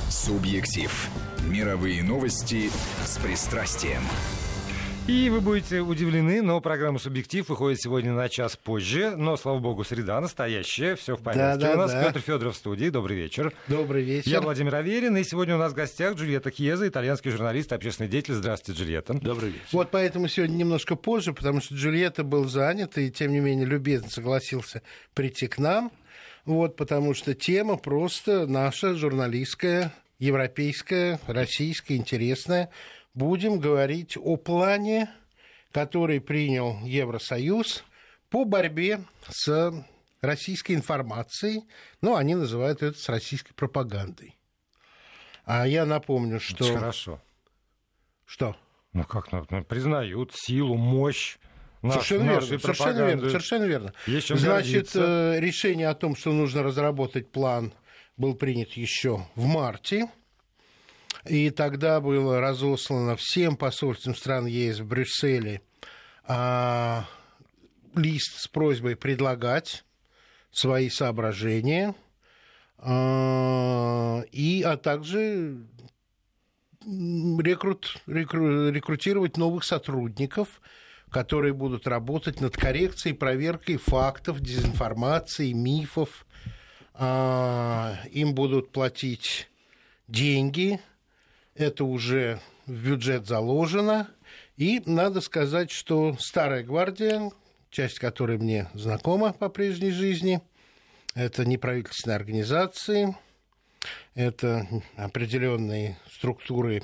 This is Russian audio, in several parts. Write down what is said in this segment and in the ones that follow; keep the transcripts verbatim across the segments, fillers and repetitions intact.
Субъектив. Мировые новости с пристрастием. И вы будете удивлены, но программа «Субъектив» выходит сегодня на час позже. Но, слава богу, среда настоящая, все в порядке. Да, да, у нас да. Петр Федоров в студии. Добрый вечер. Добрый вечер. Я Владимир Аверин, и сегодня у нас в гостях Джульетта Кьеза, итальянский журналист, общественный деятель. Здравствуйте, Джульетта. Добрый вечер. Вот поэтому сегодня немножко позже, потому что Джульетта был занят и, тем не менее, любезно согласился прийти к нам. Вот, потому что тема просто наша, журналистская, европейская, российская, интересная. Будем говорить о плане, который принял Евросоюз по борьбе с российской информацией. Ну, они называют это с российской пропагандой. А я напомню, что... Это хорошо. Что? Ну, как ну, признают силу, мощь наш, Совершенно нашей верно, совершенно пропаганды. верно, совершенно верно. Есть чем Значит, гордиться. решение о том, что нужно разработать план, был принят еще в марте. И тогда было разослано всем посольствам стран ЕС в Брюсселе а, лист с просьбой предлагать свои соображения, а, и, а также рекрут, рекру, рекрутировать новых сотрудников, которые будут работать над коррекцией, проверкой фактов, дезинформации, мифов. А, им будут платить деньги. Это уже в бюджет заложено. И надо сказать, что старая гвардия, часть которой мне знакома по прежней жизни, это неправительственные организации, это определенные структуры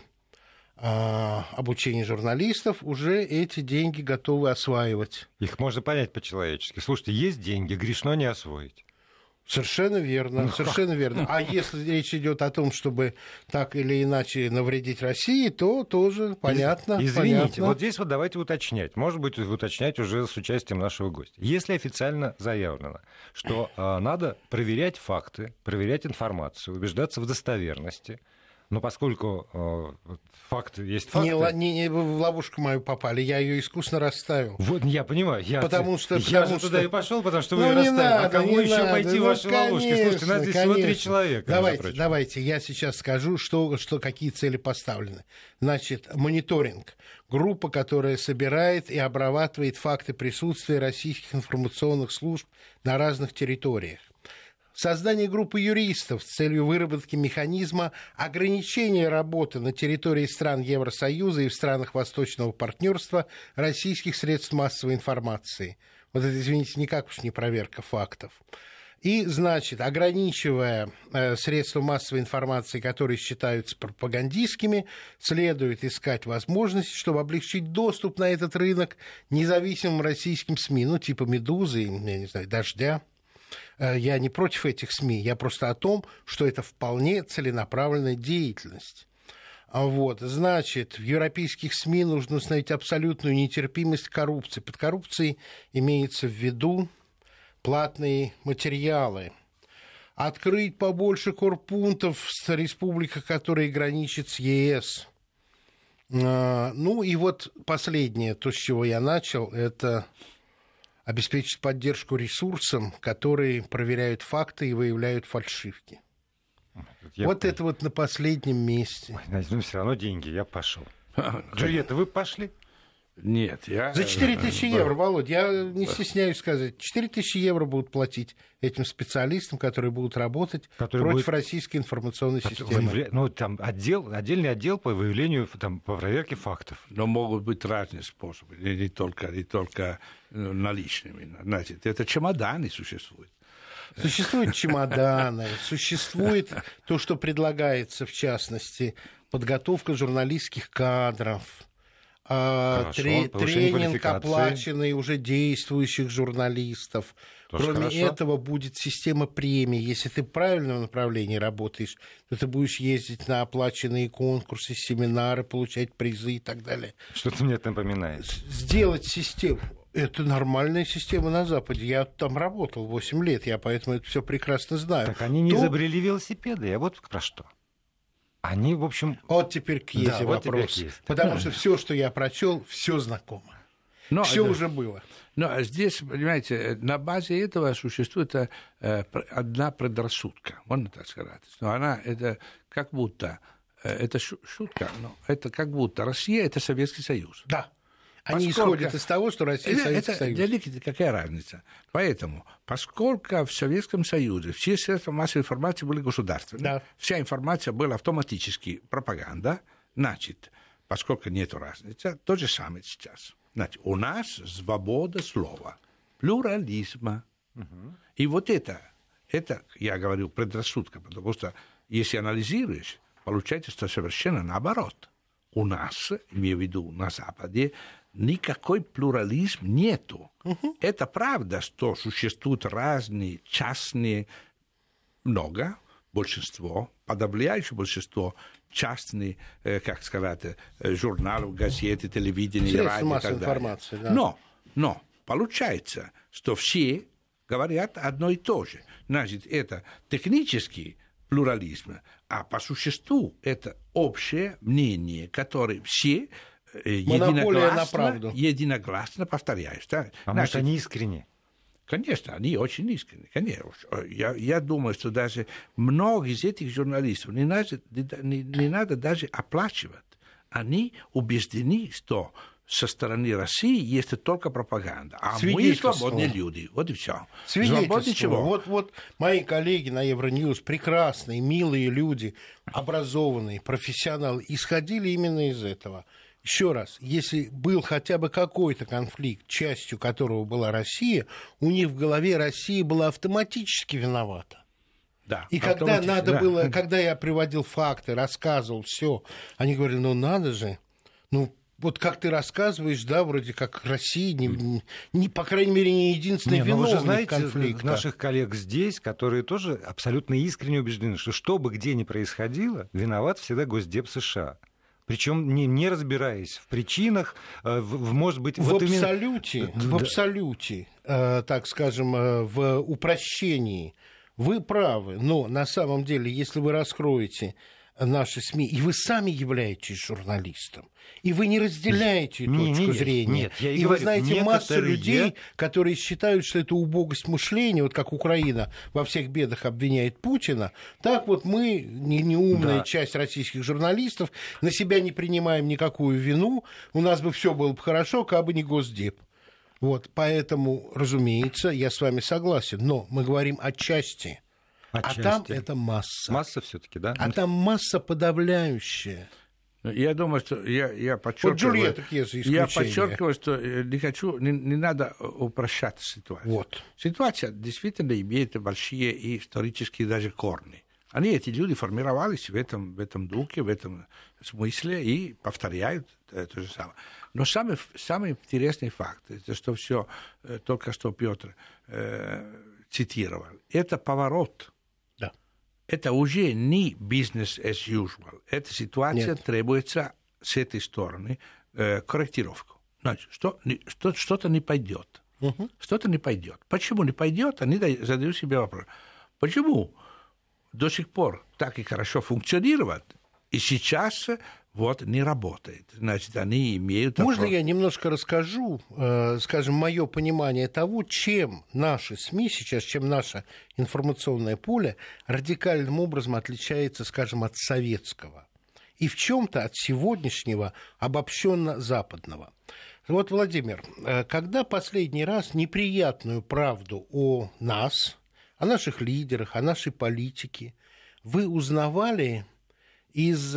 а, обучения журналистов, уже эти деньги готовы осваивать. Их можно понять по-человечески. Слушайте, есть деньги, грешно не освоить. Совершенно верно, Ну, совершенно верно. А если речь идет о том, чтобы так или иначе навредить России, то тоже понятно. Извините, понятно. вот здесь вот давайте уточнять. Может быть, уточнять уже с участием нашего гостя. Если официально заявлено, что э, надо проверять факты, проверять информацию, убеждаться в достоверности, но поскольку э, факты есть факты... Не, не, не в ловушку мою попали, я ее искусно расставил. Вот, я понимаю. Я, Потому что- я потому же что- туда и пошел, потому что вы Ну, ее не расставили. надо, А кому не еще надо. пойти Ну, в ваши ловушки? Слушайте, нас здесь всего три конечно. человека. между Давайте, прочим. давайте, я сейчас скажу, что, что, какие цели поставлены. Значит, мониторинг. Группа, которая собирает и обрабатывает факты присутствия российских информационных служб на разных территориях. Создание группы юристов с целью выработки механизма ограничения работы на территории стран Евросоюза и в странах Восточного партнерства российских средств массовой информации. Вот это, извините, никак уж не проверка фактов. И, значит, ограничивая э, средства массовой информации, которые считаются пропагандистскими, следует искать возможности, чтобы облегчить доступ на этот рынок независимым российским СМИ, ну, типа «Медузы», я не знаю, «Дождя». Я не против этих СМИ, я просто о том, что это вполне целенаправленная деятельность. Вот, значит, в европейских СМИ нужно установить абсолютную нетерпимость к коррупции. Под коррупцией имеется в виду платные материалы. Открыть побольше корпунктов в республиках, которые граничат с ЕС. Ну и вот последнее, то, с чего я начал, это... обеспечить поддержку ресурсам, которые проверяют факты и выявляют фальшивки. Я вот понял. Это вот на последнем месте. Ой, ну, все равно деньги, я пошел. Джульетта, вы пошли? Нет, я... За четыре тысячи евро, Володь, я не стесняюсь сказать. четыре тысячи евро будут платить этим специалистам, которые будут работать которые против будет... российской информационной системы. Выявля... Ну, там отдел, отдельный отдел по выявлению, там, по проверке фактов. Но могут быть разные способы, не, не, только, не только наличными. Значит, это чемоданы существуют. Существуют чемоданы, существует то, что предлагается, в частности, подготовка журналистских кадров, Хорошо, Тре- тренинг, оплаченный уже действующих журналистов. Тоже Кроме хорошо. Этого будет система премий. Если ты в правильном направлении работаешь, то ты будешь ездить на оплаченные конкурсы, семинары, получать призы и так далее. Что-то мне это напоминает. Сделать систему. Это нормальная система на Западе. Я там работал восемь лет, я поэтому это все прекрасно знаю. Так они не то... изобрели велосипеды, я вот про что. Они, в общем... Вот теперь к Езе да, вопрос. Вот Потому что все, что я прочел, все знакомо. Но все это... уже было. Но здесь, понимаете, на базе этого существует э, одна предрассудка, можно так сказать. Но она, это как будто, э, это шутка, но это как будто Россия – это Советский Союз. Да. Они поскольку... исходят из того, что Россия – Советский Союз. Для них какая разница? Поэтому, поскольку в Советском Союзе все средства массовой информации были государственные, да. Вся информация была автоматически пропаганда, значит, поскольку нет разницы, то же самое сейчас. Значит, у нас свобода слова, плюрализма. Угу. И вот это, это, я говорю, предрассудка, потому что, если анализируешь, получается, что совершенно наоборот. У нас, имею в виду на Западе, никакой плюрализм нету. Угу. Это правда, что существуют разные частные, много, большинство, подавляющее большинство частные, э, как сказать, э, журналов, газеты, телевидения, радио и так далее. Да. Но, но получается, что все говорят одно и то же. Значит, это технический плюрализм, а по существу это общее мнение, которое все э, единогласно, единогласно повторяют. Да? А может, они искренне? Конечно, они очень искренне. Конечно. Я, я думаю, что даже многие из этих журналистов не надо, не, не надо даже оплачивать. Они убеждены, что со стороны России есть только пропаганда. А мы свободные люди. Вот и все. Свободные чего? Вот, вот мои коллеги на Евроньюз, прекрасные, милые люди, образованные, профессионалы, исходили именно из этого. Еще раз, если был хотя бы какой-то конфликт, частью которого была Россия, у них в голове Россия была автоматически виновата. Да, и когда надо да. было, когда я приводил факты, рассказывал все, они говорили, ну надо же, ну вот как ты рассказываешь, да, вроде как Россия, не, не, по крайней мере, не единственный не, виновник вы же знаете, конфликта. Наших коллег здесь, которые тоже абсолютно искренне убеждены, что что бы где ни происходило, виноват всегда Госдеп США. Причем не, не разбираясь в причинах, в, в, может быть... В вот абсолюте, именно... в абсолюте, э, так скажем, э, в упрощении вы правы, но на самом деле, если вы раскроете наши СМИ, и вы сами являетесь журналистом, и вы не разделяете не, точку не, зрения, нет, я и, и говорю, вы знаете массу людей, я... которые считают, что это убогость мышления, вот как Украина во всех бедах обвиняет Путина, так вот мы, неумная да. часть российских журналистов, на себя не принимаем никакую вину, у нас бы все было бы хорошо, как бы не Госдеп. Вот, поэтому, разумеется, я с вами согласен, но мы говорим о части. Отчасти. А там это масса. Масса все-таки, да? А там масса подавляющая. Я думаю, что я, я подчеркиваю, вот Джульетта Кьеза я подчеркиваю, что не хочу, не, не надо упрощать ситуацию. Вот. Ситуация действительно имеет большие исторические даже корни. Они, эти люди, формировались в этом, в этом духе, в этом смысле и повторяют то же самое. Но самый, самый интересный факт, это что все только что Петр э, цитировал, это поворот. Это уже не business as usual. Эта ситуация Нет. требуется с этой стороны э, корректировку. Значит, что, что, что-то не пойдет. Угу. Что-то не пойдет. Почему не пойдет? Они задают себе вопрос. Почему до сих пор так и хорошо функционирует, и сейчас вот не работает? Значит, они имеют... Можно вопрос... я немножко расскажу, э, скажем, мое понимание того, чем наши СМИ сейчас, чем наше информационное поле радикальным образом отличается, скажем, от советского и в чем-то от сегодняшнего обобщенно-западного. Вот, Владимир, э, когда последний раз неприятную правду о нас, о наших лидерах, о нашей политике вы узнавали из...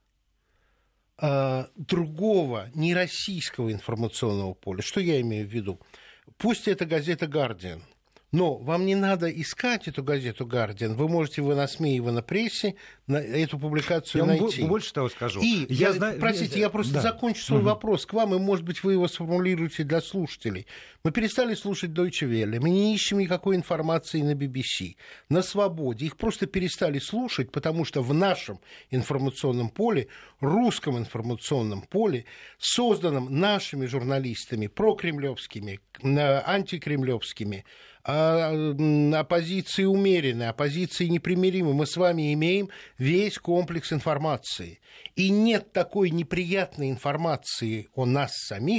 другого, не российского информационного поля. Что я имею в виду? Пусть это газета «Гардиан», но вам не надо искать эту газету «Гардиан». Вы можете вы на СМИ и вы на прессе на эту публикацию я найти. Я больше того скажу. И, я, я знаю... простите, я просто да. закончу свой угу. вопрос к вам, и, может быть, вы его сформулируете для слушателей. Мы перестали слушать Deutsche Welle, мы не ищем никакой информации на би би си, на «Свободе». Их просто перестали слушать, потому что в нашем информационном поле, русском информационном поле, созданном нашими журналистами, прокремлевскими, антикремлевскими, оппозиции умеренной, оппозиции непримиримой, мы с вами имеем весь комплекс информации. И нет такой неприятной информации о нас самих,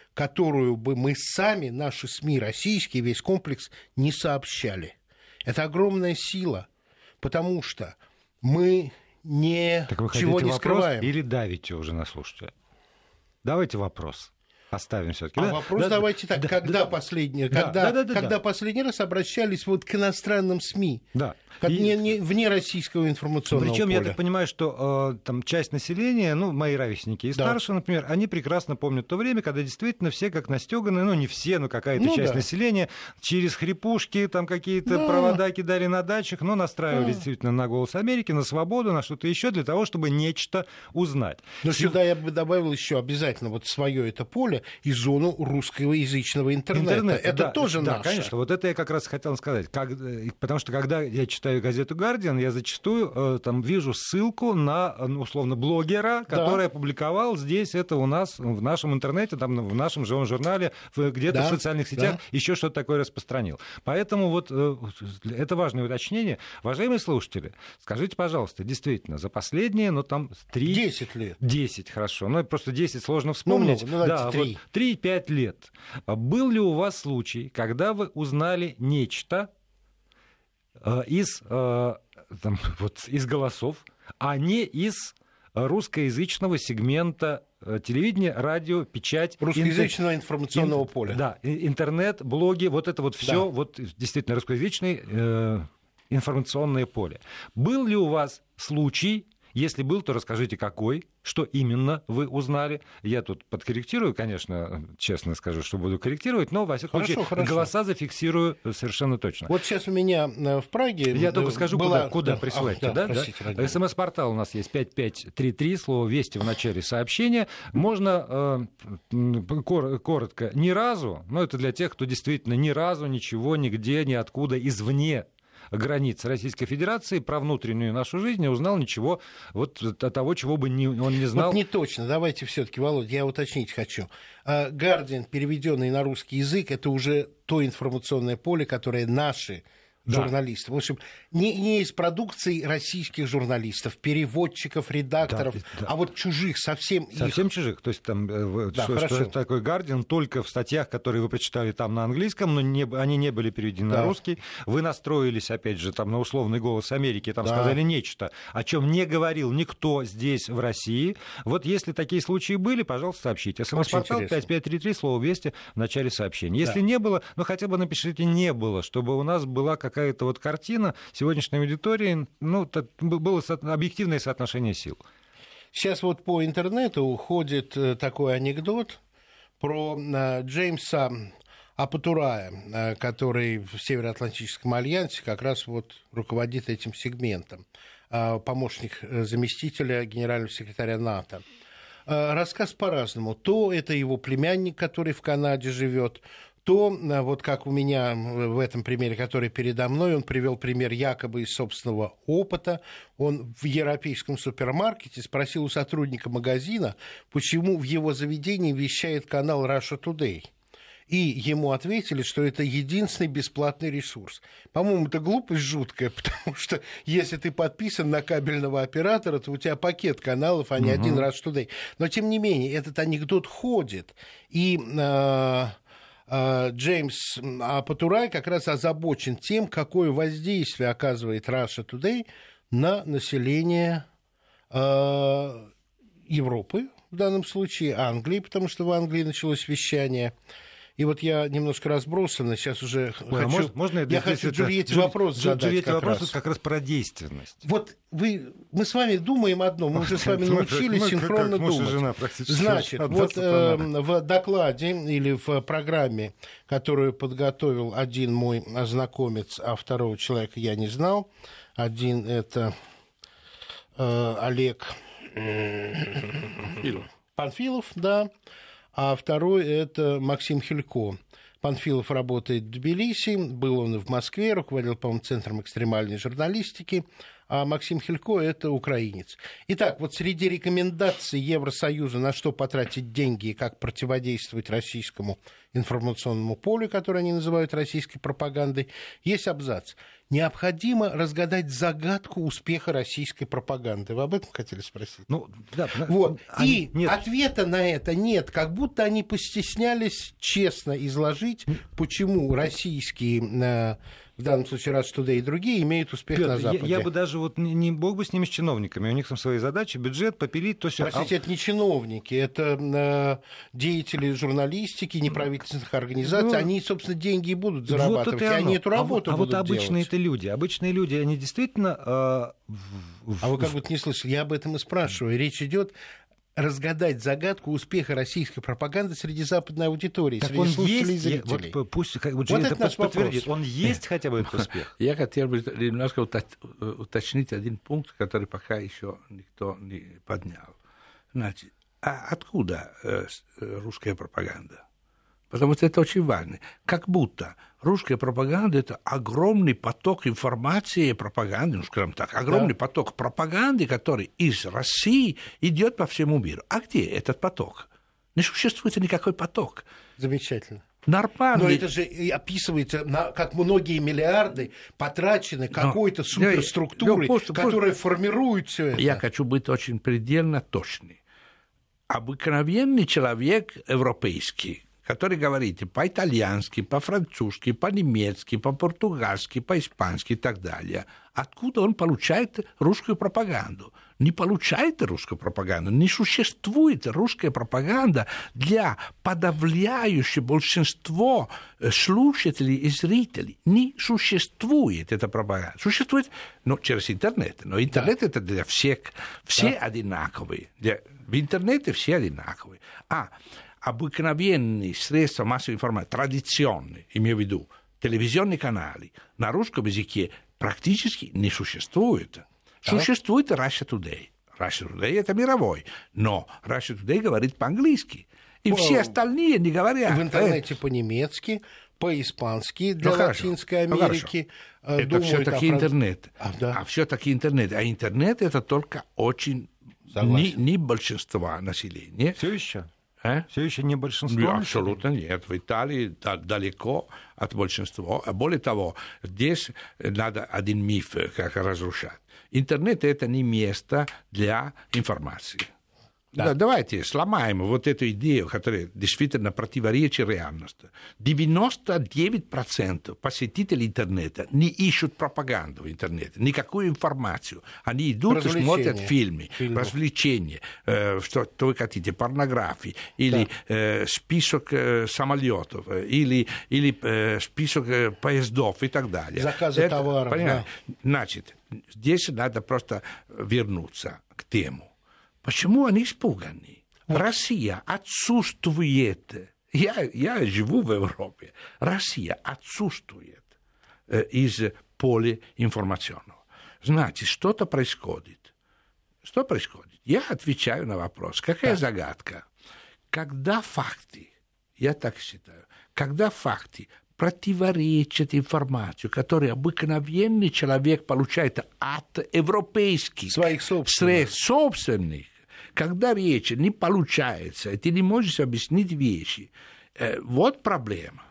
которую бы мы сами, наши СМИ, российские, весь комплекс, не сообщали. Это огромная сила, потому что мы ничего так вы хотите не вопрос скрываем. Или давите уже на слушателя? Давайте вопрос. Оставим все-таки. А да? вопрос да, давайте так, да, когда, да, последний, да, когда, да, да, когда да. последний раз обращались вот к иностранным СМИ, да. как И... не, не, вне российского информационного Причем поля? я так понимаю, что э, там часть населения, ну, мои ровесники и Да. старше, например, они прекрасно помнят то время, когда действительно все как настёганы, ну, не все, но какая-то ну, часть да. населения через хрипушки, там какие-то Да. провода кидали на дачах, но настраивались Да. действительно на «Голос Америки», на «Свободу», на что-то еще для того, чтобы нечто узнать. Но Сев... сюда я бы добавил еще обязательно вот свое это поле и зону русскоязычного интернета. Интернет, это да, тоже да, наше. конечно. Вот это я как раз хотел сказать. Как, потому что когда я читаю газету «Гардиан», я зачастую э, там вижу ссылку на, ну, условно, блогера, который Да. опубликовал здесь это у нас в нашем интернете, там, в нашем живом журнале, в, где-то Да, в социальных сетях да. еще что-то такое распространил. Поэтому вот э, это важное уточнение. Уважаемые слушатели, скажите, пожалуйста, действительно, за последние, ну, там, три... десять лет. десять, хорошо. Ну, просто десять сложно вспомнить. Ну, много, ну, да, три. вот три-пять лет. Был ли у вас случай, когда вы узнали нечто э, из, э, там, вот, из голосов, а не из русскоязычного сегмента э, телевидения, радио, печать. Русскоязычного интер... информационного ин... поля. Да, интернет, блоги, вот это вот все, Да. вот действительно русскоязычное э, информационное поле. Был ли у вас случай, если был, то расскажите, какой, что именно вы узнали. Я тут подкорректирую, конечно, честно скажу, что буду корректировать, но, во всяком Хорошо, случае, хорошо. голоса зафиксирую совершенно точно. Вот сейчас у меня в Праге... Я только скажу, была... куда, куда да, присылать. а, Да, да, простите, ради бога. СМС-портал у нас есть пять пять три три, слово «Вести» в начале сообщения. Можно э, коротко «ни разу», но это для тех, кто действительно ни разу ничего, нигде, ниоткуда, извне границ Российской Федерации про внутреннюю нашу жизнь не узнал ничего вот того, чего бы не, он не знал. Вот не точно. Давайте все-таки, Володя, я уточнить хочу. «Гардиан», переведенный на русский язык, это уже то информационное поле, которое наши Да. журналистов. В общем, не, не из продукции российских журналистов, переводчиков, редакторов, Да, да. а вот чужих, совсем Совсем их. чужих. То есть там, Да, что, что это такое «Гардиан», только в статьях, которые вы прочитали там на английском, но не, они не были переведены Да. на русский. Вы настроились, опять же, там, на условный «Голос Америки», там Да. сказали нечто, о чем не говорил никто здесь, в России. Вот если такие случаи были, пожалуйста, сообщите. СМС-портал пять пять три три, слово «Вести» в начале сообщения. Если Да. не было, ну хотя бы напишите «не было», чтобы у нас была какая-то вот картина сегодняшней аудитории, ну, это было со- объективное соотношение сил. Сейчас вот по интернету ходит э, такой анекдот про э, Джеймса Апатурая, э, который в Североатлантическом альянсе как раз вот руководит этим сегментом, э, помощник э, заместителя генерального секретаря НАТО. Э, рассказ по-разному. То это его племянник, который в Канаде живет, то, вот как у меня в этом примере, который передо мной, он привел пример якобы из собственного опыта. Он в европейском супермаркете спросил у сотрудника магазина, почему в его заведении вещает канал Russia Today. И ему ответили, что это единственный бесплатный ресурс. По-моему, это глупость жуткая, потому что если ты подписан на кабельного оператора, то у тебя пакет каналов, а не угу. один Russia Today. Но, тем не менее, этот анекдот ходит. И... Э- Джеймс Апатурай как раз озабочен тем, какое воздействие оказывает Russia Today на население э, Европы, в данном случае Англии, потому что в Англии началось вещание. И вот я немножко разбросанно, сейчас уже Ой, хочу... а можно, можно я я хочу Джульетте вопрос Джуль, задать Джульетте как вопрос раз. как раз про действенность. Вот вы, мы с вами думаем одно, мы уже с вами научились синхронно думать. Значит, вот э, в докладе или в программе, которую подготовил один мой знакомец, а второго человека я не знал, один это э, Олег Панфилов. Панфилов, да, а второй это Максим Хилько. Панфилов работает в Тбилиси, был он и в Москве, руководил, по-моему, Центром экстремальной журналистики, а Максим Хилько – это украинец. Итак, вот среди рекомендаций Евросоюза, на что потратить деньги и как противодействовать российскому информационному полю, которое они называют российской пропагандой, есть абзац. Необходимо разгадать загадку успеха российской пропаганды. Вы об этом хотели спросить? Ну, да, вот. они, И нет. ответа на это нет. Как будто они постеснялись честно изложить, почему российские, в данном случае Russia Today и другие, имеют успех Петр, на Западе. Я, я бы даже, вот не, не бог бы с ними, с чиновниками, у них там свои задачи, бюджет, попилить, то все. Простите, это не чиновники, это деятели журналистики, неправительственных организаций, ну, они, собственно, деньги и будут зарабатывать, вот и, и они эту работу а, будут а вот обычные делать. это люди, обычные люди, они действительно... Э, в, а вы как будто не слышали, я об этом и спрашиваю. Речь идет разгадать загадку успеха российской пропаганды среди западной аудитории, так среди слушателей и зрителей. Вот, пусть, вот, вот это наш подтвердит, он есть хотя бы этот успех? Я хотел бы немножко уточнить один пункт, который пока еще никто не поднял. Значит, а откуда русская пропаганда? Потому что это очень важно. Как будто русская пропаганда – это огромный поток информации и пропаганды, ну, скажем так, огромный да. поток пропаганды, который из России идет по всему миру. А где этот поток? Не существует никакой поток. Замечательно. Нормально. Но это же описывается, как многие миллиарды потрачены какой-то суперструктурой, я, я, я, которая просто, формирует все это. Я хочу быть очень предельно точным. Обыкновенный человек европейский, который говорит по-итальянски, по-французски, по-немецки, по-португальски, по-испански и так далее. Откуда он получает русскую пропаганду? Не получает русскую пропаганду. Не существует русская пропаганда для подавляющего большинства слушателей и зрителей. Не существует эта пропаганда. Существует, ну, через интернет. Но интернет да. это для всех. Все да. одинаковые. Для... В интернете все одинаковые. А обыкновенные средства массовой информации, традиционные, имею в виду, телевизионные каналы, на русском языке практически не существует. Да. Существует Russia Today. Russia Today это мировой, но Russia Today говорит по-английски. И О, все остальные не говорят. В интернете по-немецки, по-испански для ну, Латинской ну, Америки. Ну, это все-таки франц... интернет. А, да. а все-таки интернет. А интернет это только очень не, не большинство населения. Все еще? А? Все еще не большинство? Нет, абсолютно нет. В Италии далеко от большинства. А более того, здесь надо один миф как разрушать. Интернет – это не место для информации. Да. Да, давайте сломаем вот эту идею, которая действительно противоречит реальности. девяносто девять процентов посетителей интернета не ищут пропаганду в интернете, никакую информацию. Они идут и смотрят фильмы, фильмы. развлечения, э, что, что вы хотите, порнографии, или да. э, список э, самолетов, или, или э, список э, поездов и так далее. Заказы это, товаров. Да. Значит, здесь надо просто вернуться к теме. Почему они испуганы? Вот. Россия отсутствует. Я, я живу в Европе. Россия отсутствует э, из поля информационного. Значит, что-то происходит. Что происходит? Я отвечаю на вопрос. Какая да. загадка? Когда факты, я так считаю, когда факты противоречат информации, которую обыкновенный человек получает от европейских своих собственных. средств собственных, когда речь не получается, и ты не можешь объяснить вещи, вот проблема.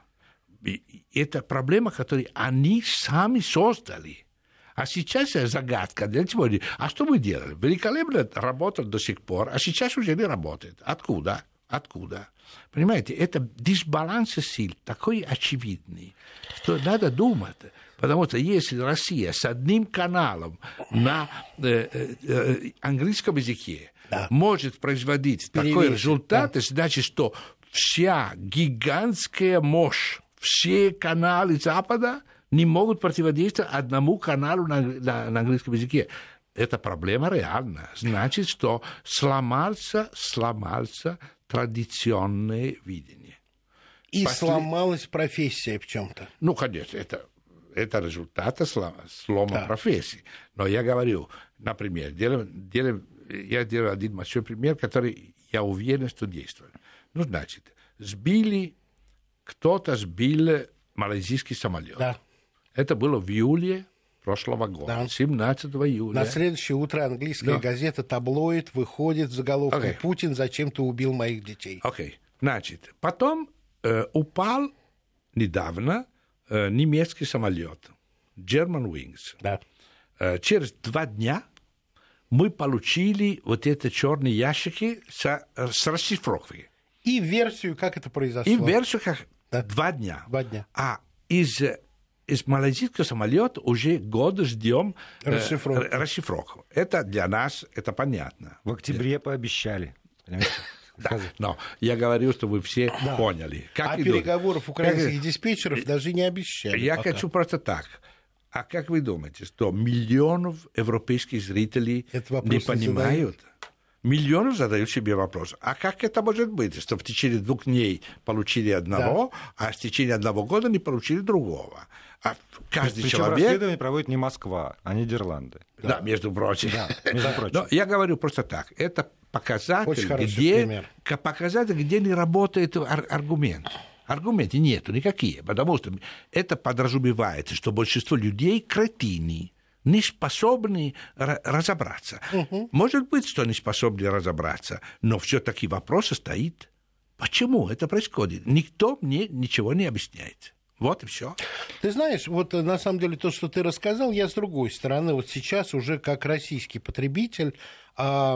Это проблема, которую они сами создали. А сейчас загадка. Для чего? А что мы делали? Великолепно работал до сих пор, а сейчас уже не работает. Откуда? Откуда? Понимаете, это дисбаланс сил такой очевидный, что надо думать. Потому что если Россия с одним каналом на э, э, английском языке да. может производить Перевесить, такой результат, да. значит, что вся гигантская мощь, все каналы Запада не могут противодействовать одному каналу на, на, на английском языке. Это проблема реальная. Значит, что сломался, сломался традиционное видение. И После... сломалась профессия в чем-то. Ну, конечно, это, это результат слома, слома да. профессии. Но я говорю, например, делаем, делаем, я делаю один большой пример, который я уверен, что действует. Ну, значит, сбили, кто-то сбил малайзийский самолет. Да. Это было в июле прошлого года, да. семнадцатого июля. На следующее утро английская да. газета «Таблоид» выходит с заголовком okay. «Путин, зачем ты убил моих детей?». Окей. Okay. Значит, потом э, упал недавно э, немецкий самолет Germanwings. Да. Э, через два дня мы получили вот эти черные ящики с, с расшифровкой. И версию, как это произошло. И версию, как да. два дня. Два дня. А из, из малайзийского самолета уже год ждем расшифровку. Э, расшифровку. Это для нас, это понятно. В октябре yeah. пообещали. Да, но я говорю, что вы все да. поняли. Как а идут? Переговоров украинских как... диспетчеров даже не обещали. Я пока. хочу просто так. А как вы думаете, что миллионов европейских зрителей не понимают? Не Миллионы задают себе вопрос. А как это может быть, что в течение двух дней получили одного, да. а в течение одного года не получили другого? А каждый Причем человек... расследование проводит не Москва, а Нидерланды. Да, да между прочим. Да, между прочим. Но я говорю просто так. Это показатель, где, показатель, где не работает ар- аргумент. Аргументов нету никакие, потому что это подразумевается, что большинство людей кретины, не способны р- разобраться. Угу. Может быть, что не способны разобраться, но все-таки вопрос стоит. Почему это происходит? Никто мне ничего не объясняет. Вот и все. Ты знаешь, вот на самом деле то, что ты рассказал, я с другой стороны, вот сейчас уже как российский потребитель э,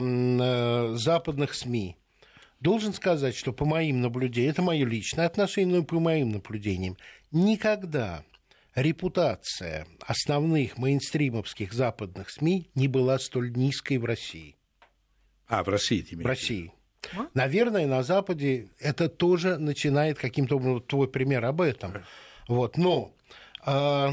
э, западных СМИ должен сказать, что по моим наблюдениям, это мое личное отношение, но и по моим наблюдениям, никогда репутация основных мейнстримовских западных СМИ не была столь низкой в России. А, в России тебе? В России. А? Наверное, на Западе это тоже начинает каким-то образом, твой пример об этом. Вот. Но э,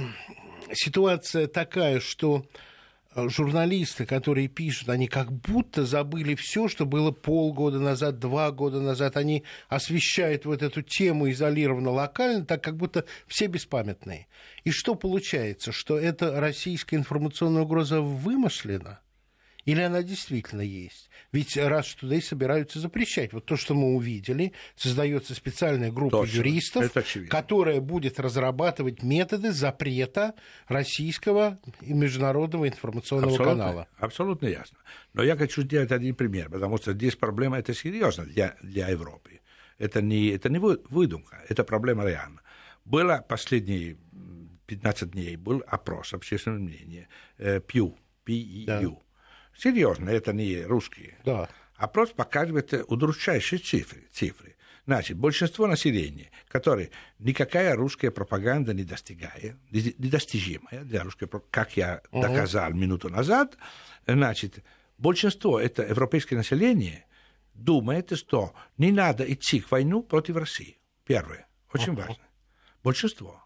ситуация такая, что журналисты, которые пишут, они как будто забыли все, что было полгода назад, два года назад. Они освещают вот эту тему изолированно, локально, так как будто все беспамятные. И что получается? Что эта российская информационная угроза вымышлена? Или она действительно есть? Ведь раз туда и собираются запрещать. Вот то, что мы увидели, создается специальная группа Точно. юристов, которая будет разрабатывать методы запрета российского и международного информационного абсолютно, канала. Абсолютно ясно. Но я хочу сделать один пример, потому что здесь проблема это серьезная для, для Европы. Это не, это не выдумка, это проблема реальна. Было последние пятнадцать дней был опрос общественного мнения Pew, P E U. Серьезно, это не русские. Да. Опрос показывает удручающие цифры, цифры. Значит, большинство населения, которое никакая русская пропаганда не достигает, недостижимая для русской пропаганды, как я угу. доказал минуту назад, значит, большинство, это европейское население, думает, что не надо идти к войну против России. Первое, очень угу. важно. Большинство.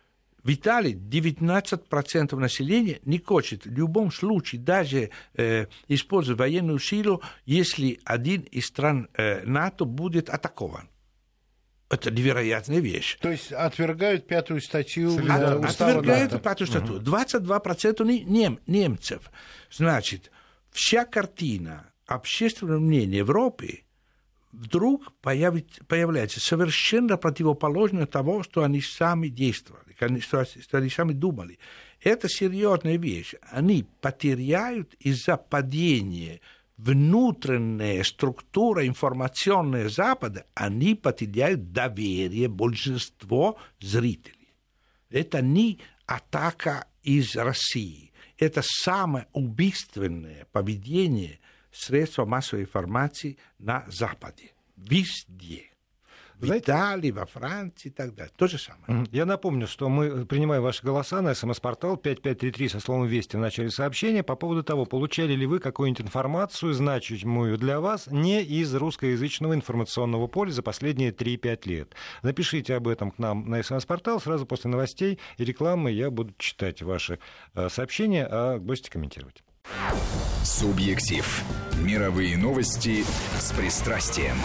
В Италии девятнадцать процентов населения не хочет в любом случае даже э, использовать военную силу, если один из стран э, НАТО будет атакован. Это невероятная вещь. То есть отвергают пятую статью От, устава Отвергают НАТО. пятую статью. двадцать два процента нем, немцев. Значит, вся картина общественного мнения Европы вдруг появляется совершенно противоположно того, что они сами действовали, что они сами думали. Это серьезная вещь. Они потеряют из-за падения внутренняя структура информационная Запада, они потеряют доверие большинства зрителей. Это не атака из России. Это самое убийственное поведение средств массовой информации на Западе. Везде. В Знаете, Италии, во Франции и так далее. То же самое. Я напомню, что мы принимаем ваши голоса на СМС-портал пять пять три три со словом «Вести» в начале сообщения по поводу того, получали ли вы какую-нибудь информацию, значимую для вас, не из русскоязычного информационного поля за последние три-пять лет. Напишите об этом к нам на СМС-портал. Сразу после новостей и рекламы я буду читать ваши сообщения, а гости комментировать. Субъектив. Мировые новости с пристрастием.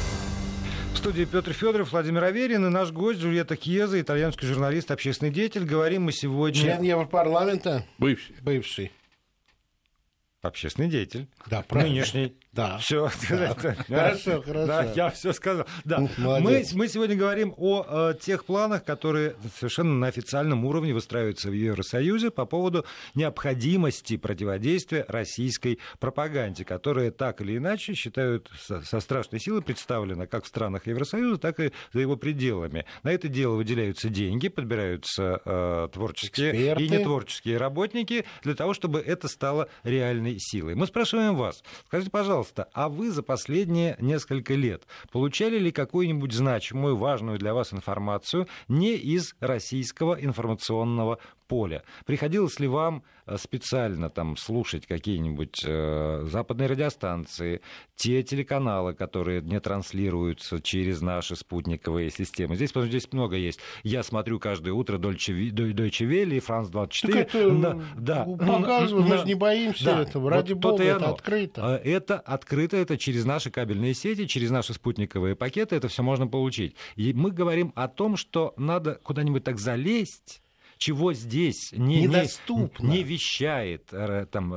В студии Петр Федоров, Владимир Аверин и наш гость Джульетта Кьеза, итальянский журналист, общественный деятель. Говорим мы сегодня... Член Европарламента? Бывший. Бывший. общественный деятель. Да, правильно. Нынешний. Да. Все. Да. Хорошо, хорошо. Да, я все сказал. Да. Мы, мы сегодня говорим о, о тех планах, которые совершенно на официальном уровне выстраиваются в Евросоюзе по поводу необходимости противодействия российской пропаганде, которая так или иначе считают со, со страшной силой представлена как в странах Евросоюза, так и за его пределами. На это дело выделяются деньги, подбираются э, творческие Эксперты. И нетворческие работники для того, чтобы это стало реальной силой. Мы спрашиваем вас, скажите, пожалуйста, а вы за последние несколько лет получали ли какую-нибудь значимую, важную для вас информацию не из российского информационного поля? Приходилось ли вам специально там слушать какие-нибудь э, западные радиостанции, те телеканалы, которые не транслируются через наши спутниковые системы? Здесь, потому что здесь много есть. Я смотрю каждое утро Deutsche Welle и Франс двадцать четыре. Так это да, показывают, мы же не боимся да, этого. Ради вот бога, это открыто. Это открыто, это через наши кабельные сети, через наши спутниковые пакеты, это все можно получить. И мы говорим о том, что надо куда-нибудь так залезть, чего здесь не, недоступно, не, не вещает там,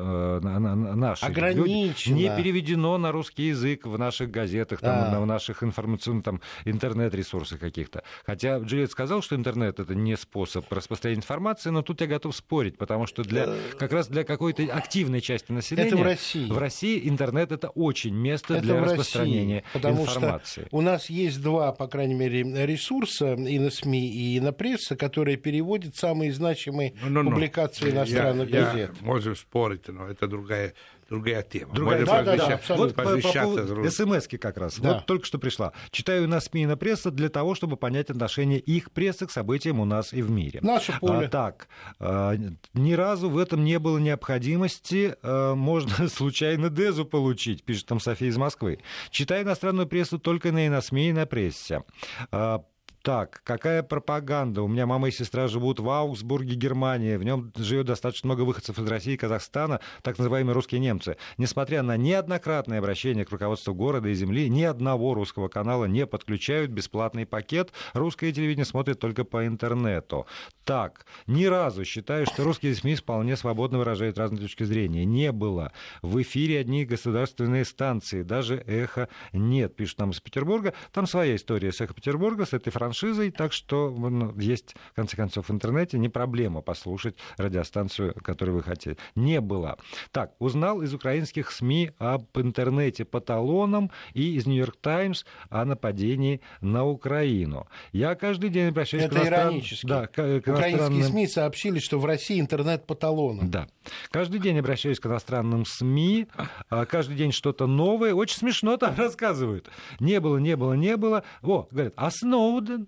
наши люди, не переведено на русский язык в наших газетах, там, да. в наших информационных там, интернет-ресурсах каких-то. Хотя Джульетт сказал, что интернет — это не способ распространения информации, но тут я готов спорить, потому что для, как раз для какой-то активной части населения это в России. В России интернет — это очень место это для распространения России, потому информации. Что у нас есть два, по крайней мере, ресурса, и на СМИ, и на пресса, которые переводят самые значимые ну, ну, публикации ну, иностранных я, газет. Я, можем спорить, но это другая, другая тема. Другая, да, да, да, вот по, по поводу эс-эм-эски как раз. Да. Вот только что пришла. Читаю на СМИ и на прессе для того, чтобы понять отношение их прессы к событиям у нас и в мире. Наше поле. А, так, а, ни разу в этом не было необходимости. А, можно случайно Дезу получить, пишет там София из Москвы. Читаю иностранную прессу только на, и на СМИ и на прессе. А, Так, какая пропаганда? У меня мама и сестра живут в Аугсбурге, Германии. В нем живет достаточно много выходцев из России и Казахстана, так называемые русские немцы. Несмотря на неоднократное обращение к руководству города и земли, ни одного русского канала не подключают, бесплатный пакет. Русское телевидение смотрит только по интернету. Так, ни разу считаю, что русские СМИ вполне свободно выражают разные точки зрения. Не было. В эфире одни государственные станции, даже «Эхо» нет, пишут нам из Петербурга. Там своя история с «Эхо Петербурга», с этой франшизой, так что ну, есть, в конце концов, в интернете, не проблема послушать радиостанцию, которую вы хотите. Не было. Так, узнал из украинских СМИ об интернете по талонам и из «Нью-Йорк Таймс» о нападении на Украину. Я каждый день обращаюсь Это к иностранным... иронически. Да, к, к Украинские иностранным... СМИ сообщили, что в России интернет по талонам. Да. Каждый день обращаюсь к иностранным СМИ, каждый день что-то новое. Очень смешно там рассказывают. Не было, не было, не было. О, говорят, а Сноуден?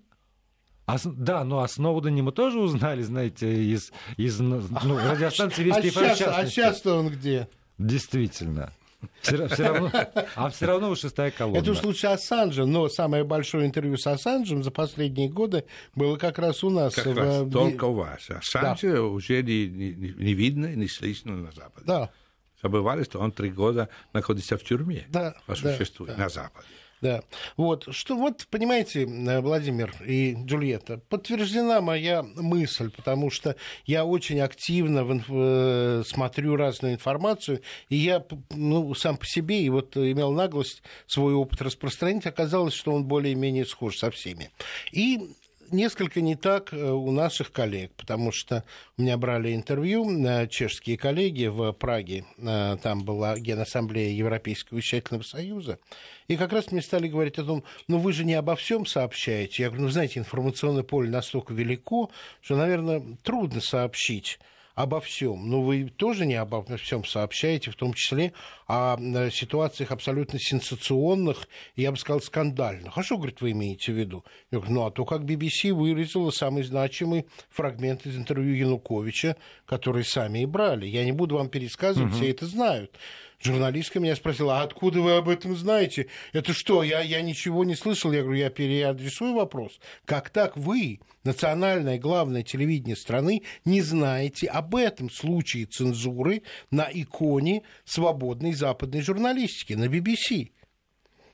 А, да, ну а Сноудене мы тоже узнали, знаете, из, из ну, радиостанции Вести эф эм. А, сейчас, а сейчас-то он где? Действительно. Все, все равно, а все равно вы шестая колонна. Это уж лучше Ассанжа, но самое большое интервью с Ассанжем за последние годы было как раз у нас. Как в... раз только у вас. Ассанжа да. уже не, не, не видно, не слышно на Западе. Да. Забывали, что он три года находится в тюрьме да, по существу да, да. на Западе. Да, вот, что, вот, понимаете, Владимир и Джульетта, подтверждена моя мысль, потому что я очень активно в, э, смотрю разную информацию, и я, ну, сам по себе, и вот имел наглость свой опыт распространить, оказалось, что он более-менее схож со всеми. И несколько не так у наших коллег, потому что у меня брали интервью чешские коллеги в Праге, там была Генассамблея Европейского вещательного союза, и как раз мне стали говорить о том, ну вы же не обо всем сообщаете. Я говорю, ну знаете, информационное поле настолько велико, что, наверное, трудно сообщить обо всем. Но вы тоже не обо всем сообщаете, в том числе о ситуациях абсолютно сенсационных, я бы сказал, скандальных. А что, говорит, вы имеете в виду? Я говорю, ну, а то, как би би си выразила самый значимый фрагмент из интервью Януковича, который сами и брали. Я не буду вам пересказывать, угу. все это знают. Журналистка меня спросила, а откуда вы об этом знаете? Это что, я, я ничего не слышал? Я говорю, я переадресую вопрос. Как так вы, национальное главное телевидение страны, не знаете об этом случае цензуры на иконе свободной западной журналистики, на би би си?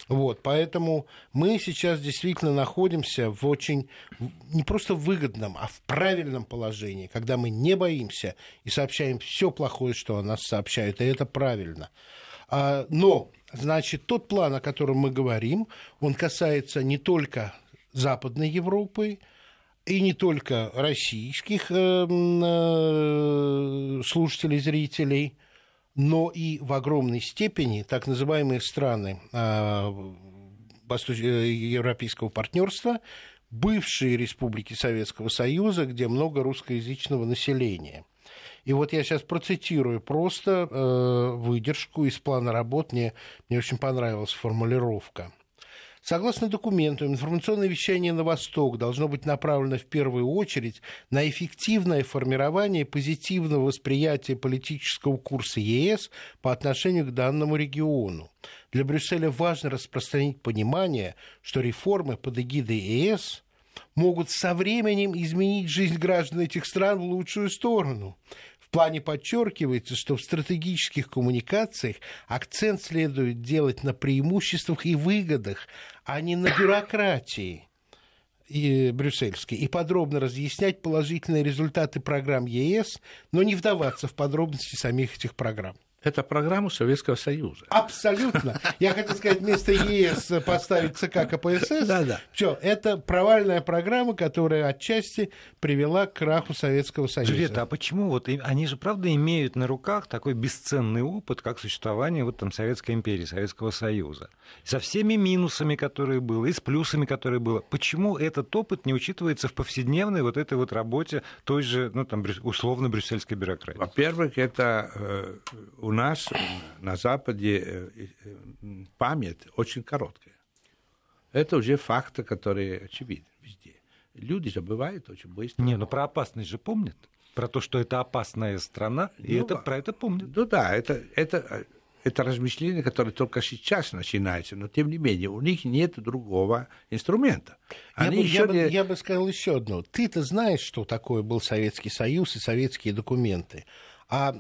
Вот, поэтому мы сейчас действительно находимся в очень, не просто выгодном, а в правильном положении, когда мы не боимся и сообщаем все плохое, что о нас сообщают, и это правильно. Но, значит, тот план, о котором мы говорим, он касается не только Западной Европы, и не только российских слушателей, зрителей, но и в огромной степени так называемые страны европейского партнерства, бывшие республики Советского Союза, где много русскоязычного населения. И вот я сейчас процитирую просто выдержку из плана работ. Мне, мне очень понравилась формулировка. Согласно документу, информационное вещание на Восток должно быть направлено в первую очередь на эффективное формирование позитивного восприятия политического курса ЕС по отношению к данному региону. Для Брюсселя важно распространить понимание, что реформы под эгидой ЕС могут со временем изменить жизнь граждан этих стран в лучшую сторону. В плане подчеркивается, что в стратегических коммуникациях акцент следует делать на преимуществах и выгодах, а не на бюрократии и брюссельской, и подробно разъяснять положительные результаты программ ЕС, но не вдаваться в подробности самих этих программ. Это программа Советского Союза. Абсолютно. Я хотел сказать, вместо ЕС поставить ЦК КПСС. Да, да. Все, это провальная программа, которая отчасти привела к краху Советского Союза. Джульетта, а почему? Вот они же, правда, имеют на руках такой бесценный опыт, как существование вот там Советской империи, Советского Союза. Со всеми минусами, которые было, и с плюсами, которые было. Почему этот опыт не учитывается в повседневной вот этой вот работе той же, ну, там, условно, брюссельской бюрократии? Во-первых, это э, у нас на Западе память очень короткая. Это уже факты, которые очевидны везде. Люди забывают очень быстро. Не, но про опасность же помнят. Про то, что это опасная страна, и ну, это, про это помнят. Ну да, это, это, это размышление, которое только сейчас начинается, но тем не менее у них нет другого инструмента. Я бы, я, бы, не... я бы сказал еще одно. Ты-то знаешь, что такое был Советский Союз и советские документы. А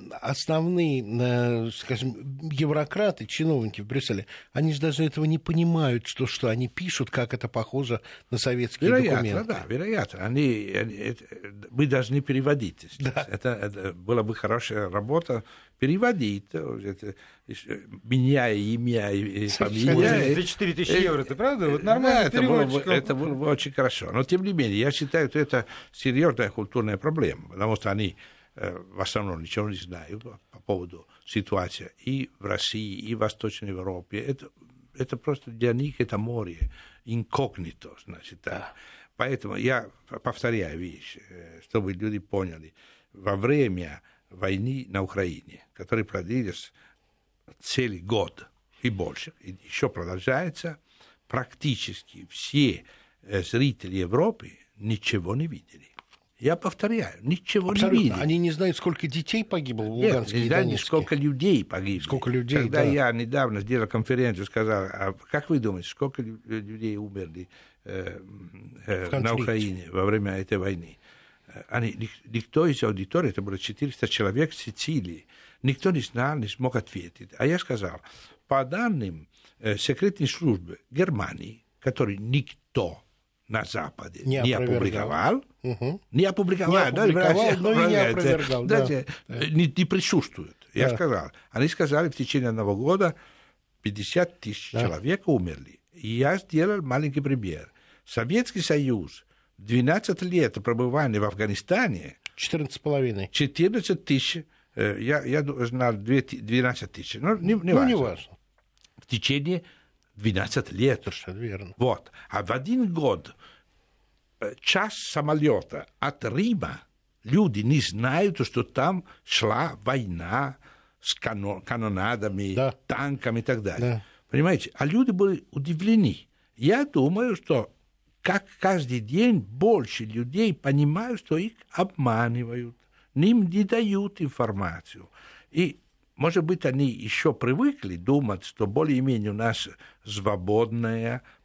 основные, скажем, бюрократы, чиновники в Брюсселе, они же даже этого не понимают, что, что они пишут, как это похоже на советские вероятно, документы. Да, вероятно. Они, они, это, мы должны переводить. Да. Это, это была бы хорошая работа переводить, это, меняя имя и фамилию. За четыре тысячи евро, ты правда? Вот нормально. Да, это, было бы, это было бы очень хорошо. Но, тем не менее, я считаю, что это серьезная культурная проблема, потому что они в основном ничего не знаю по поводу ситуации и в России, и в Восточной Европе. Это, это просто для них это море, инкогнито, значит. Да. Поэтому я повторяю вещь, чтобы люди поняли. Во время войны на Украине, которая продлилась целый год и больше, и еще продолжается, практически все зрители Европы ничего не видели. Я повторяю, ничего Абсолютно. не видели. Они не знают, сколько детей погибло в Луганске Нет, и Донецке. Сколько людей погибло. Сколько людей, Когда да. я недавно сделал конференцию, сказал, а как вы думаете, сколько людей умерли э, э, на Украине во время этой войны? Они, никто из аудитории, это было четыреста человек в Сицилии, никто не знал, не смог ответить. А я сказал, по данным э, секретной службы Германии, который никто на Западе не, не опубликовал, угу. не опубликовал, не опубликовал, да, но и не опровергал, да, да. Не, не присутствует. Да. Я сказал, они сказали, в течение одного года пятьдесят тысяч да. человек умерли. И я сделал маленький пример. Советский Союз, двенадцать лет пребывания в Афганистане, четырнадцать с половиной. четырнадцать тысяч, я, я знал двенадцать тысяч, но не, не, ну, важно. не важно. В течение двенадцать лет. Совершенно верно. Вот. А в один год час самолета от Рима люди не знают, что там шла война с канон, канонадами, да. танками и так далее. Да. Понимаете? А люди были удивлены. Я думаю, что как каждый день больше людей понимают, что их обманывают, им не дают информацию. И может быть, они еще привыкли думать, что более-менее у нас свободная,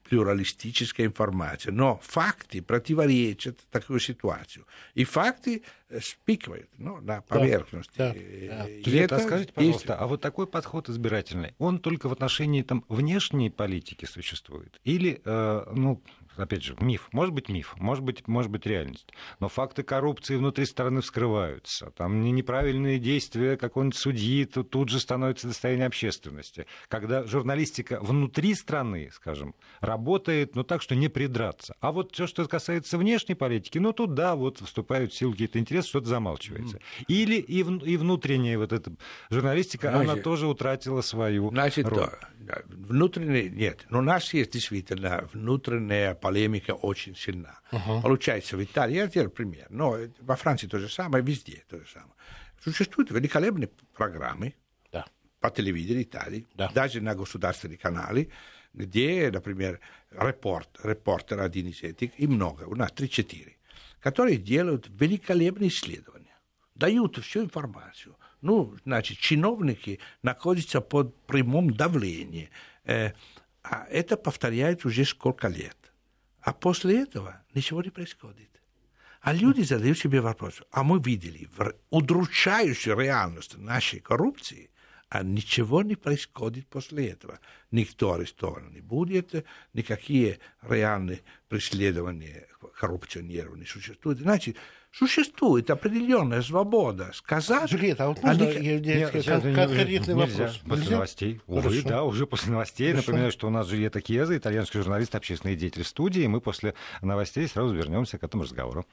плюралистическая информация, но факты противоречат такой ситуации. И факты спикивают ну, на поверхности. Да, да, да. Это, скажите, пожалуйста, а вот такой подход избирательный, он только в отношении там, внешней политики существует? Или, э, ну, опять же, миф? Может быть, миф, может быть, может быть, реальность. Но факты коррупции внутри страны вскрываются. Там неправильные действия какого-нибудь судьи тут, тут же становятся достоянием общественности. Когда журналистика внутри страны, скажем, работает, ну так, что не придраться. А вот все, что касается внешней политики, ну тут, да, вот вступают в силу какие-то интересы, что-то замалчивается. Или и, в, и внутренняя вот эта журналистика, Значит, она тоже утратила свою Значит, роль. Да, внутренняя, нет, но у нас есть действительно внутренняя полемика очень сильна. Uh-huh. Получается, в Италии, я сделал пример, но во Франции то же самое, везде то же самое. Существуют великолепные программы да. по телевидению Италии, да. даже на государственные каналы, где, например, репорт, репортер один из этих, и много, у нас три-четыре, которые делают великолепные исследования, дают всю информацию. Ну, значит, чиновники находятся под прямым давлением, э, а это повторяется уже сколько лет. А после этого ничего не происходит. А люди задают себе вопрос, а мы видели удручающую реальность нашей коррупции, а ничего не происходит после этого. Никто арестован не будет, никакие реальные преследования коррупционеров не существуют. Значит, существует определенная свобода сказать... Джульетта, а вот можно а я, я, я, конкретный вопрос? После нельзя? новостей. Увы, Хорошо. да, уже после новостей. Хорошо. Напоминаю, что у нас Джульетта Кьеза, итальянский журналист, общественный деятель в студии. И мы после новостей сразу вернемся к этому разговору.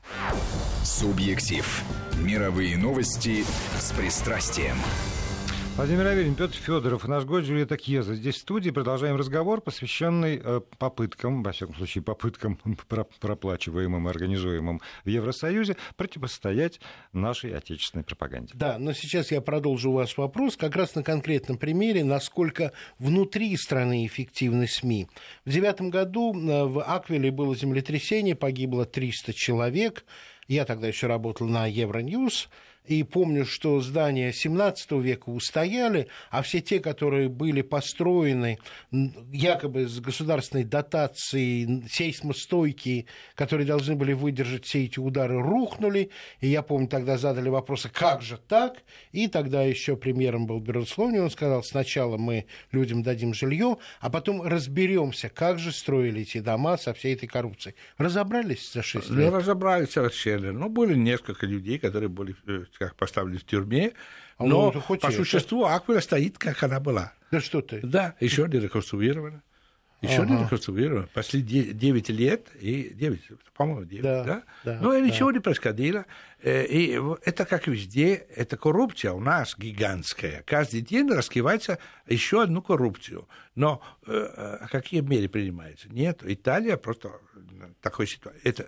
Субъектив. Мировые новости с пристрастием. Владимир Аверин, Петр Федоров и наш гость Джульетта Кьеза. Здесь в студии продолжаем разговор, посвященный попыткам, во всяком случае, попыткам, проплачиваемым и организуемым в Евросоюзе, противостоять нашей отечественной пропаганде. Да, но сейчас я продолжу ваш вопрос как раз на конкретном примере, насколько внутри страны эффективны СМИ. В девятом году в Аквиле было землетрясение, погибло триста человек. Я тогда еще работал на Евроньюз. И помню, что здания семнадцатого века устояли, а все те, которые были построены якобы с государственной дотацией, сейсмостойкие, которые должны были выдержать все эти удары, рухнули. И я помню, тогда задали вопросы, как же так? И тогда еще премьером был Берлускони, он сказал, сначала мы людям дадим жилье, а потом разберемся, как же строили эти дома со всей этой коррупцией. Разобрались за шесть лет? Не разобрались совершенно. Но были несколько людей, которые были... как поставили в тюрьме, а но по это. существу Аквила стоит, как она была. Да что ты? Да, еще не реконструирована. Еще ага. не реконструирована. Пошли девять лет, и девять, по-моему, девять, да? да? да но да. ничего не происходило. И это как везде, это коррупция у нас гигантская. Каждый день раскрывается еще одну коррупцию. Но а какие меры принимаются? Нет, Италия просто такой ситуации. Это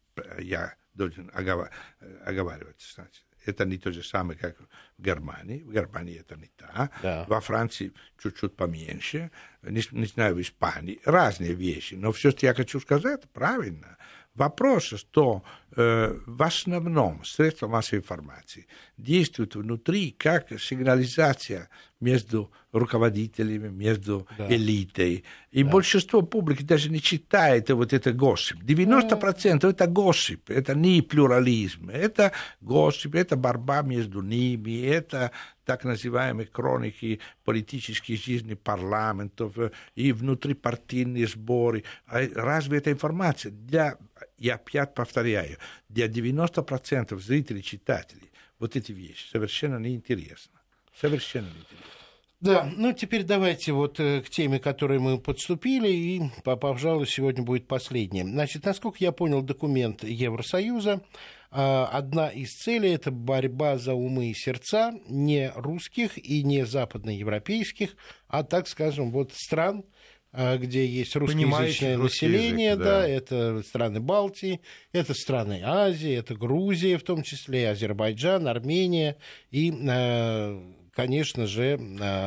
я должен оговаривать, значит. Это не то же самое, как в Германии. В Германии это не так. Да. Во Франции чуть-чуть поменьше. Не, не знаю, в Испании. Разные вещи. Но все, что я хочу сказать, правильно. Вопрос, что э, в основном средства массовой информации действуют внутри как сигнализация между руководителями, между да. элитой. И да. большинство публики даже не читает вот это госсип. девяносто процентов это госсип, это не плюрализм, это госсип, это борьба между ними, это так называемые хроники политической жизни парламентов и внутрипартийные сборы. Разве эта информация для, я опять повторяю, для девяноста процентов зрителей, читателей вот эти вещи совершенно неинтересны. Совершенно неинтересно. Да, ну теперь давайте вот к теме, к которой мы подступили, и, пожалуй, сегодня будет последняя. Значит, насколько я понял документ Евросоюза, одна из целей – это борьба за умы и сердца не русских и не западноевропейских, а, так скажем, вот стран, где есть русскоязычное население, язык, да. да, это страны Балтии, это страны Азии, это Грузия, в том числе Азербайджан, Армения и, конечно же,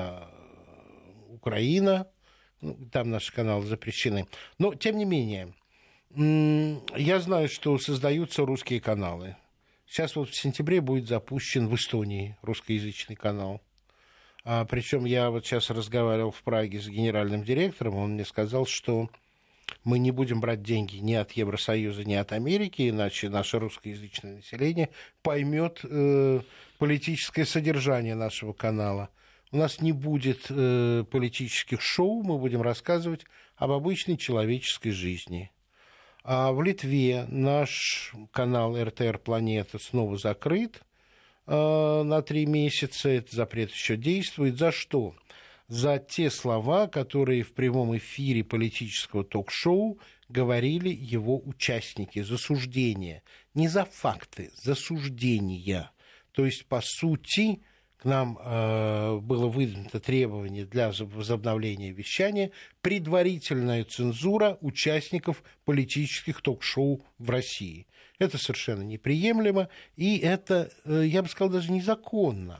Украина. Там наши каналы запрещены. Но, тем не менее, я знаю, что создаются русские каналы. Сейчас вот в сентябре будет запущен в Эстонии русскоязычный канал. А, причем я вот сейчас разговаривал в Праге с генеральным директором, он мне сказал, что мы не будем брать деньги ни от Евросоюза, ни от Америки, иначе наше русскоязычное население поймет э, политическое содержание нашего канала. У нас не будет э, политических шоу, мы будем рассказывать об обычной человеческой жизни. А в Литве наш канал эр тэ эр «Планета» снова закрыт э, на три месяца. Этот запрет еще действует. За что? За те слова, которые в прямом эфире политического ток-шоу говорили его участники, за суждения. Не за факты, за суждения. То есть, по сути, к нам э, было выдвинуто требование для возобновления вещания, предварительная цензура участников политических ток-шоу в России. Это совершенно неприемлемо, и это, э, я бы сказал, даже незаконно.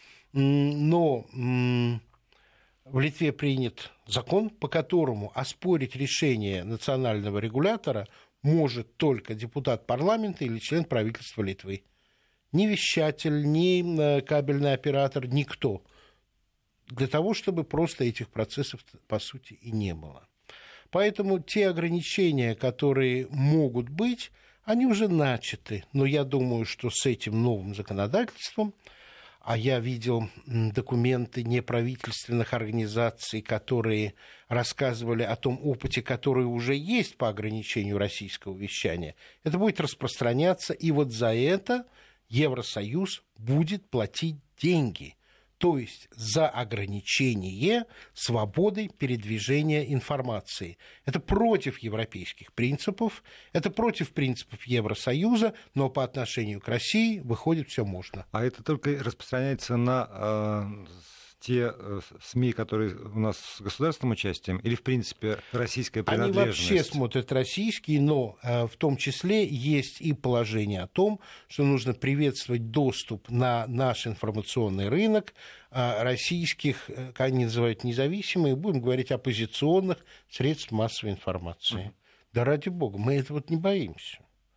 Но э, в Литве принят закон, по которому оспорить решение национального регулятора может только депутат парламента или член правительства Литвы. Ни вещатель, ни кабельный оператор, никто. Для того, чтобы просто этих процессов, по сути, и не было. Поэтому те ограничения, которые могут быть, они уже начаты. Но я думаю, что с этим новым законодательством, а я видел документы неправительственных организаций, которые рассказывали о том опыте, который уже есть по ограничению российского вещания, это будет распространяться, и вот за это Евросоюз будет платить деньги, то есть за ограничение свободы передвижения информации. Это против европейских принципов, это против принципов Евросоюза, но по отношению к России выходит все можно. А это только распространяется на э, те э, СМИ, которые у нас с государственным участием, или, в принципе, российская принадлежность? Они вообще смотрят российские, но э, в том числе есть и положение о том, что нужно приветствовать доступ на наш информационный рынок э, российских, э, как они называют, независимых, будем говорить, оппозиционных средств массовой информации. Mm-hmm. Да ради бога, мы этого вот не боимся.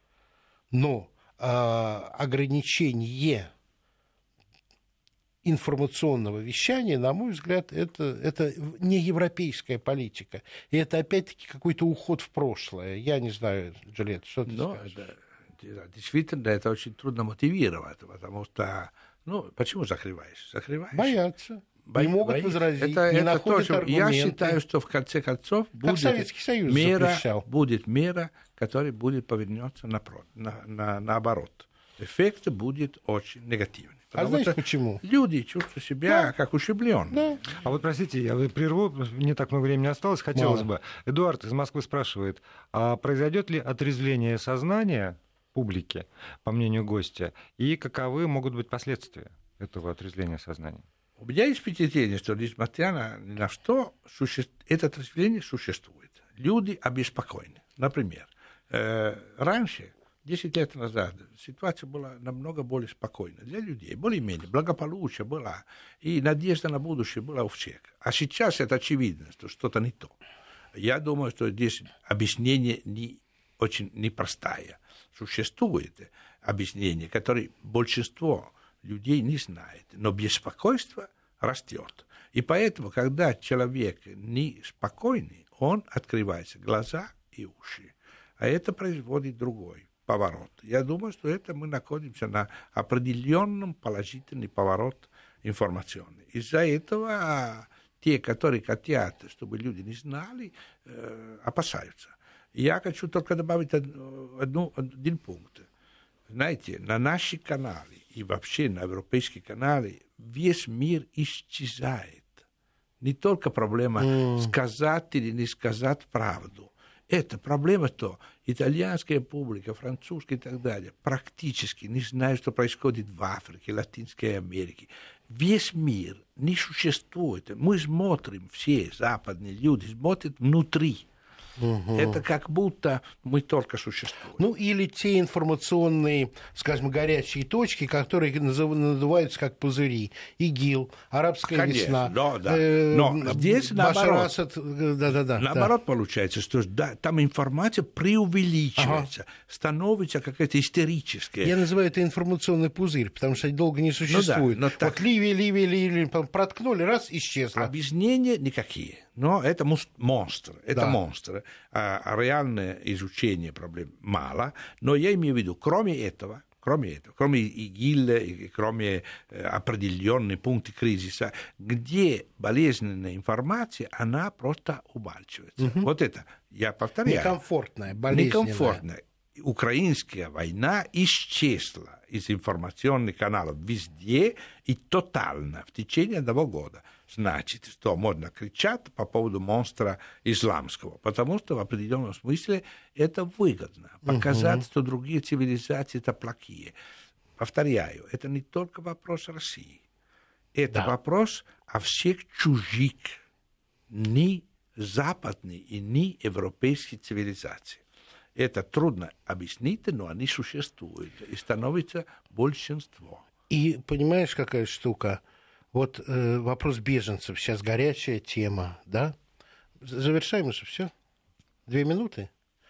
Но э, ограничение информационного вещания, на мой взгляд, это, это не европейская политика. И это, опять-таки, какой-то уход в прошлое. Я не знаю, Джульетта, что ты Но скажешь? Это, действительно, это очень трудно мотивировать, потому что, ну, почему закрываешь? Закрываешь. Боятся. Бо... Не могут боятся. возразить, это, не это находят тоже, аргументы. Я считаю, что в конце концов будет Советский Союз мера, запрещал. будет мера, которая будет повернуться напротив, на, на, наоборот. Эффект будет очень негативный. А знаете почему? Люди чувствуют себя да. как ущемленные. Да. А вот, простите, я прерву, не так много времени осталось, хотелось Мало. бы. Эдуард из Москвы спрашивает, а произойдет ли отрезвление сознания публики, по мнению гостя, и каковы могут быть последствия этого отрезвления сознания? У меня есть впечатление, что, несмотря на, на что, суще... это отрезвление существует. Люди обеспокоены. Например, э, раньше, десять лет назад, ситуация была намного более спокойна для людей, более-менее, благополучие было, и надежда на будущее была у всех. А сейчас это очевидно, что что-то не то. Я думаю, что здесь объяснение не, очень непростое. Существует объяснение, которое большинство людей не знает, но беспокойство растет. И поэтому, когда человек неспокойный, он открывает глаза и уши. А это производит другой поворот. Я думаю, что это мы находимся на определенном положительном поворот информационный. Из-за этого те, которые хотят, чтобы люди не знали, э, опасаются. Я хочу только добавить одну, один пункт. Знаете, на наши каналы и вообще на европейские каналы весь мир исчезает. Не только проблема mm. сказать или не сказать правду. Это проблема, что итальянская публика, французская и так далее практически не знают, что происходит в Африке, Латинской Америке. Весь мир не существует. Мы смотрим, все западные люди смотрят внутри. Угу. Это как будто мы только существуем. Ну, или те информационные, скажем, горячие точки, которые надуваются как пузыри. ИГИЛ, арабская Конечно, весна. Да, да. Э, Но здесь наоборот. Асад, да, да, да, наоборот да. получается, что да, там информация преувеличивается, ага. становится какая-то истерическая. Я называю это информационный пузырь, потому что долго не существует. Ну, да, вот так... Ливия, Ливия, Ливия, проткнули, раз, исчезла. Объяснения никакие. Но это монстр, это да. монстр. А реальное изучение проблем мало. Но я имею в виду, кроме этого, кроме этого, кроме ИГИЛ, кроме определенных пунктов кризиса, где болезненная информация, она просто умалчивается. Угу. Вот это, я повторяю. Некомфортная, болезненная. Некомфортная. Украинская война исчезла из информационных каналов везде и тотально в течение одного года. Значит, что можно кричать по поводу монстра исламского, потому что в определенном смысле это выгодно. Показать, угу. что другие цивилизации это плохие. Повторяю, это не только вопрос России. Это да. вопрос о всех чужих, ни западной и ни европейской цивилизации. Это трудно объяснить, но они существуют и становится большинство. И понимаешь, какая штука? Вот э, вопрос беженцев сейчас горячая тема, да? Завершаем уже все. Две минуты.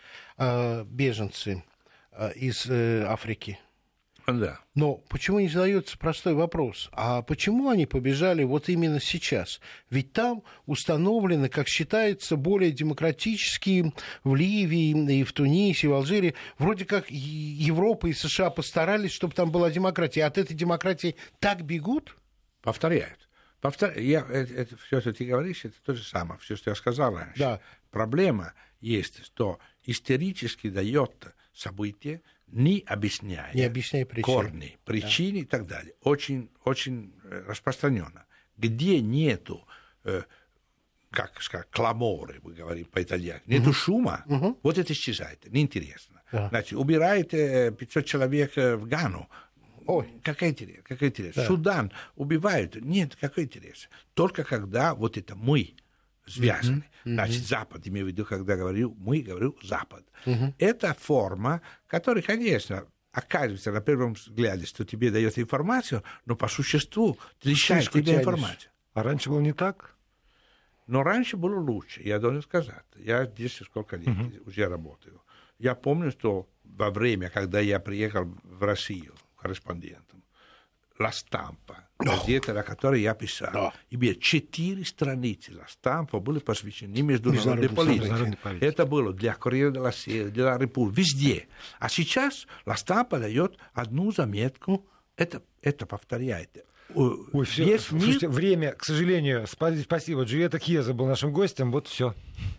А, беженцы а, из э, Африки. Да. Но почему не задается простой вопрос? А почему они побежали вот именно сейчас? Ведь там установлены, как считается, более демократические в Ливии, и в Тунисе, и в Алжире. Вроде как Европа и США постарались, чтобы там была демократия. От этой демократии так бегут? Повторяют. Повтор... Я, это, это, все, что ты говоришь, это то же самое, все, что я сказал раньше. Да. Проблема есть, что исторически дает событие, не объясняя, не объясняя причин. корни, причины, да. и так далее. Очень, очень распространенно. Где нету, э, как сказать, кламоры, мы говорим по-итальянски, нету угу. шума, угу. вот это исчезает, неинтересно. Да. Значит, убираете пятьсот человек в Гану, ой, какой интерес, какой интерес. Да. Судан убивают, нет, какой интерес. Только когда вот это мы связаны. Mm-hmm. Значит, Запад, имею в виду, когда говорю мы, говорю Запад. Mm-hmm. Это форма, которая, конечно, оказывается на первом взгляде, что тебе дает информацию, но по существу лишает тебя информацию. А раньше было не так? Но раньше было лучше, я должен сказать. Я здесь сколько лет mm-hmm. уже работаю. Я помню, что во время, когда я приехал в Россию корреспондентом, «Ла Стампа», газета, на которой я писал, да. и было четыре страницы «Ла Стампа» были посвящены международной политике. Это было для «Корьера де ла Сера», для «Републики», везде. А сейчас «Ла Стампа» дает одну заметку, это, это повторяет. Ой, все. Слушайте, время, к сожалению, спасибо, Джульетта Кьеза был нашим гостем, вот все.